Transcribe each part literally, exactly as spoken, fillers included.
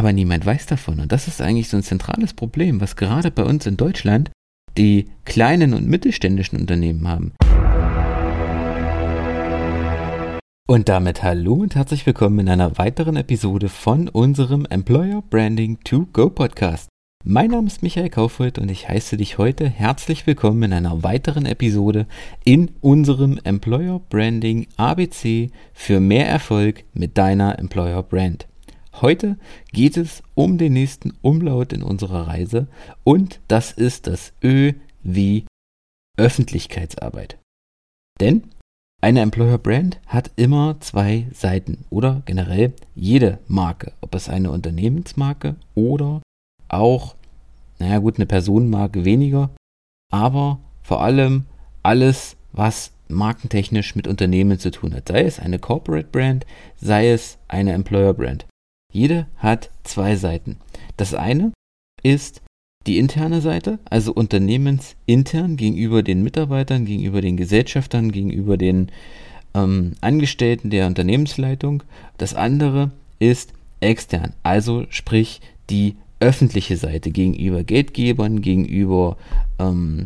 aber niemand weiß davon. Und das ist eigentlich so ein zentrales Problem, was gerade bei uns in Deutschland die kleinen und mittelständischen Unternehmen haben. Und damit hallo und herzlich willkommen in einer weiteren Episode von unserem Employer Branding to Go Podcast. Mein Name ist Michael Kaufhold und ich heiße dich heute herzlich willkommen in einer weiteren Episode in unserem Employer Branding A B C für mehr Erfolg mit deiner Employer Brand. Heute geht es um den nächsten Umlaut in unserer Reise und das ist das Ö wie Öffentlichkeitsarbeit. Denn eine Employer Brand hat immer zwei Seiten oder generell jede Marke, ob es eine Unternehmensmarke oder auch, naja gut, eine Personenmarke weniger, aber vor allem alles, was markentechnisch mit Unternehmen zu tun hat. Sei es eine Corporate Brand, sei es eine Employer Brand. Jede hat zwei Seiten. Das eine ist die interne Seite, also unternehmensintern gegenüber den Mitarbeitern, gegenüber den Gesellschaftern, gegenüber den ähm, Angestellten der Unternehmensleitung. Das andere ist extern, also sprich die öffentliche Seite gegenüber Geldgebern, gegenüber ähm,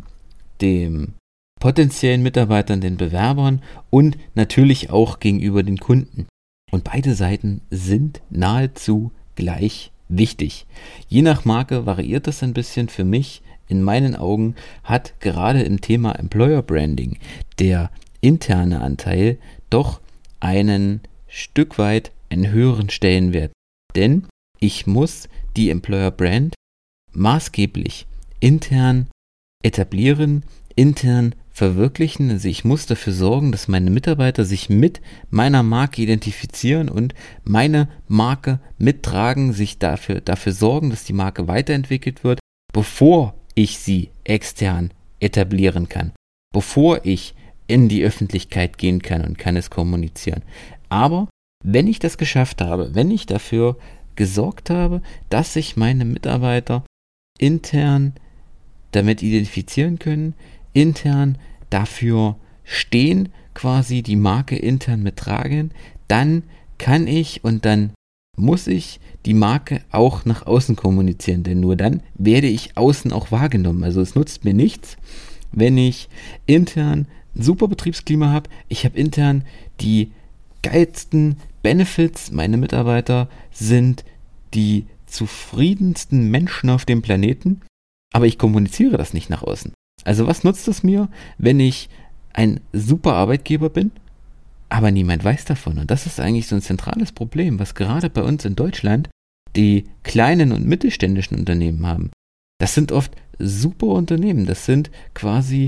dem potenziellen Mitarbeitern, den Bewerbern und natürlich auch gegenüber den Kunden. Und beide Seiten sind nahezu gleich wichtig. Je nach Marke variiert das ein bisschen. Für mich, in meinen Augen, hat gerade im Thema Employer Branding der interne Anteil doch einen Stück weit einen höheren Stellenwert. Denn ich muss die Employer Brand maßgeblich intern etablieren, intern verwirklichen. Also ich muss dafür sorgen, dass meine Mitarbeiter sich mit meiner Marke identifizieren und meine Marke mittragen, sich dafür, dafür sorgen, dass die Marke weiterentwickelt wird, bevor ich sie extern etablieren kann, bevor ich in die Öffentlichkeit gehen kann und kann es kommunizieren. Aber wenn ich das geschafft habe, wenn ich dafür gesorgt habe, dass sich meine Mitarbeiter intern damit identifizieren können, intern dafür stehen, quasi die Marke intern mittragen, dann kann ich und dann muss ich die Marke auch nach außen kommunizieren, denn nur dann werde ich außen auch wahrgenommen. Also es nutzt mir nichts, wenn ich intern ein super Betriebsklima habe, ich habe intern die geilsten Benefits, meine Mitarbeiter sind die zufriedensten Menschen auf dem Planeten, aber ich kommuniziere das nicht nach außen. Also was nutzt es mir, wenn ich ein super Arbeitgeber bin, aber niemand weiß davon? Und das ist eigentlich so ein zentrales Problem, was gerade bei uns in Deutschland die kleinen und mittelständischen Unternehmen haben. Das sind oft super Unternehmen, das sind quasi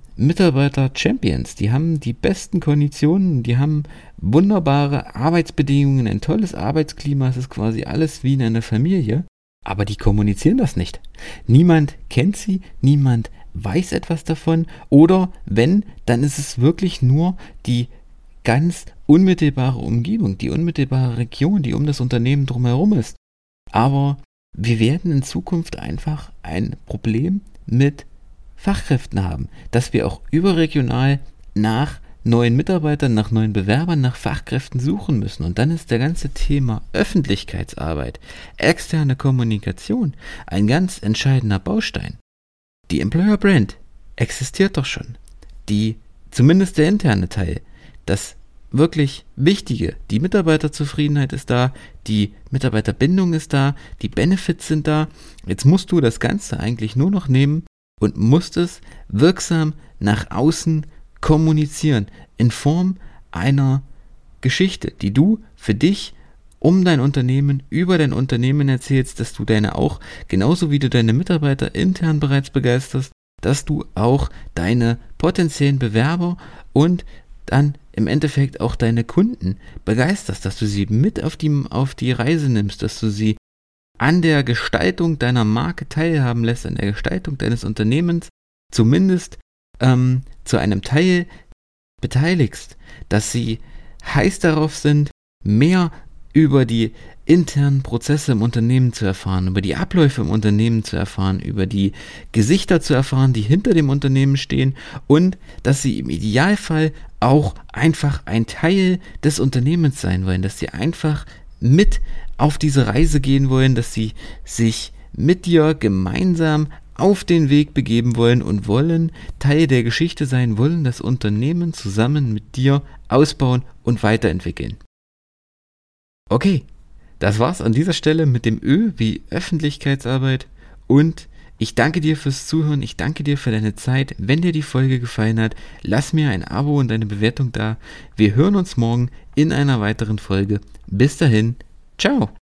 Mitarbeiter-Champions, die haben die besten Konditionen, die haben wunderbare Arbeitsbedingungen, ein tolles Arbeitsklima, es ist quasi alles wie in einer Familie, aber die kommunizieren das nicht. Niemand kennt sie, niemand weiß etwas davon oder wenn, dann ist es wirklich nur die ganz unmittelbare Umgebung, die unmittelbare Region, die um das Unternehmen drumherum ist. Aber wir werden in Zukunft einfach ein Problem mit Fachkräften haben, dass wir auch überregional nach neuen Mitarbeitern, nach neuen Bewerbern, nach Fachkräften suchen müssen. Und dann ist der ganze Thema Öffentlichkeitsarbeit, externe Kommunikation ein ganz entscheidender Baustein. Die Employer Brand existiert doch schon. Die, zumindest der interne Teil, das wirklich Wichtige, die Mitarbeiterzufriedenheit ist da, die Mitarbeiterbindung ist da, die Benefits sind da. Jetzt musst du das Ganze eigentlich nur noch nehmen und musst es wirksam nach außen kommunizieren in Form einer Geschichte, die du für dich um dein Unternehmen, über dein Unternehmen erzählst, dass du deine auch, genauso wie du deine Mitarbeiter intern bereits begeisterst, dass du auch deine potenziellen Bewerber und dann im Endeffekt auch deine Kunden begeisterst, dass du sie mit auf die, auf die Reise nimmst, dass du sie an der Gestaltung deiner Marke teilhaben lässt, an der Gestaltung deines Unternehmens, zumindest ähm, zu einem Teil beteiligst, dass sie heiß darauf sind, mehr über die internen Prozesse im Unternehmen zu erfahren, über die Abläufe im Unternehmen zu erfahren, über die Gesichter zu erfahren, die hinter dem Unternehmen stehen und dass sie im Idealfall auch einfach ein Teil des Unternehmens sein wollen, dass sie einfach mit auf diese Reise gehen wollen, dass sie sich mit dir gemeinsam auf den Weg begeben wollen und wollen Teil der Geschichte sein, wollen das Unternehmen zusammen mit dir ausbauen und weiterentwickeln. Okay, das war's an dieser Stelle mit dem Ö wie Öffentlichkeitsarbeit und ich danke dir fürs Zuhören, ich danke dir für deine Zeit. Wenn dir die Folge gefallen hat, lass mir ein Abo und eine Bewertung da. Wir hören uns morgen in einer weiteren Folge. Bis dahin, ciao!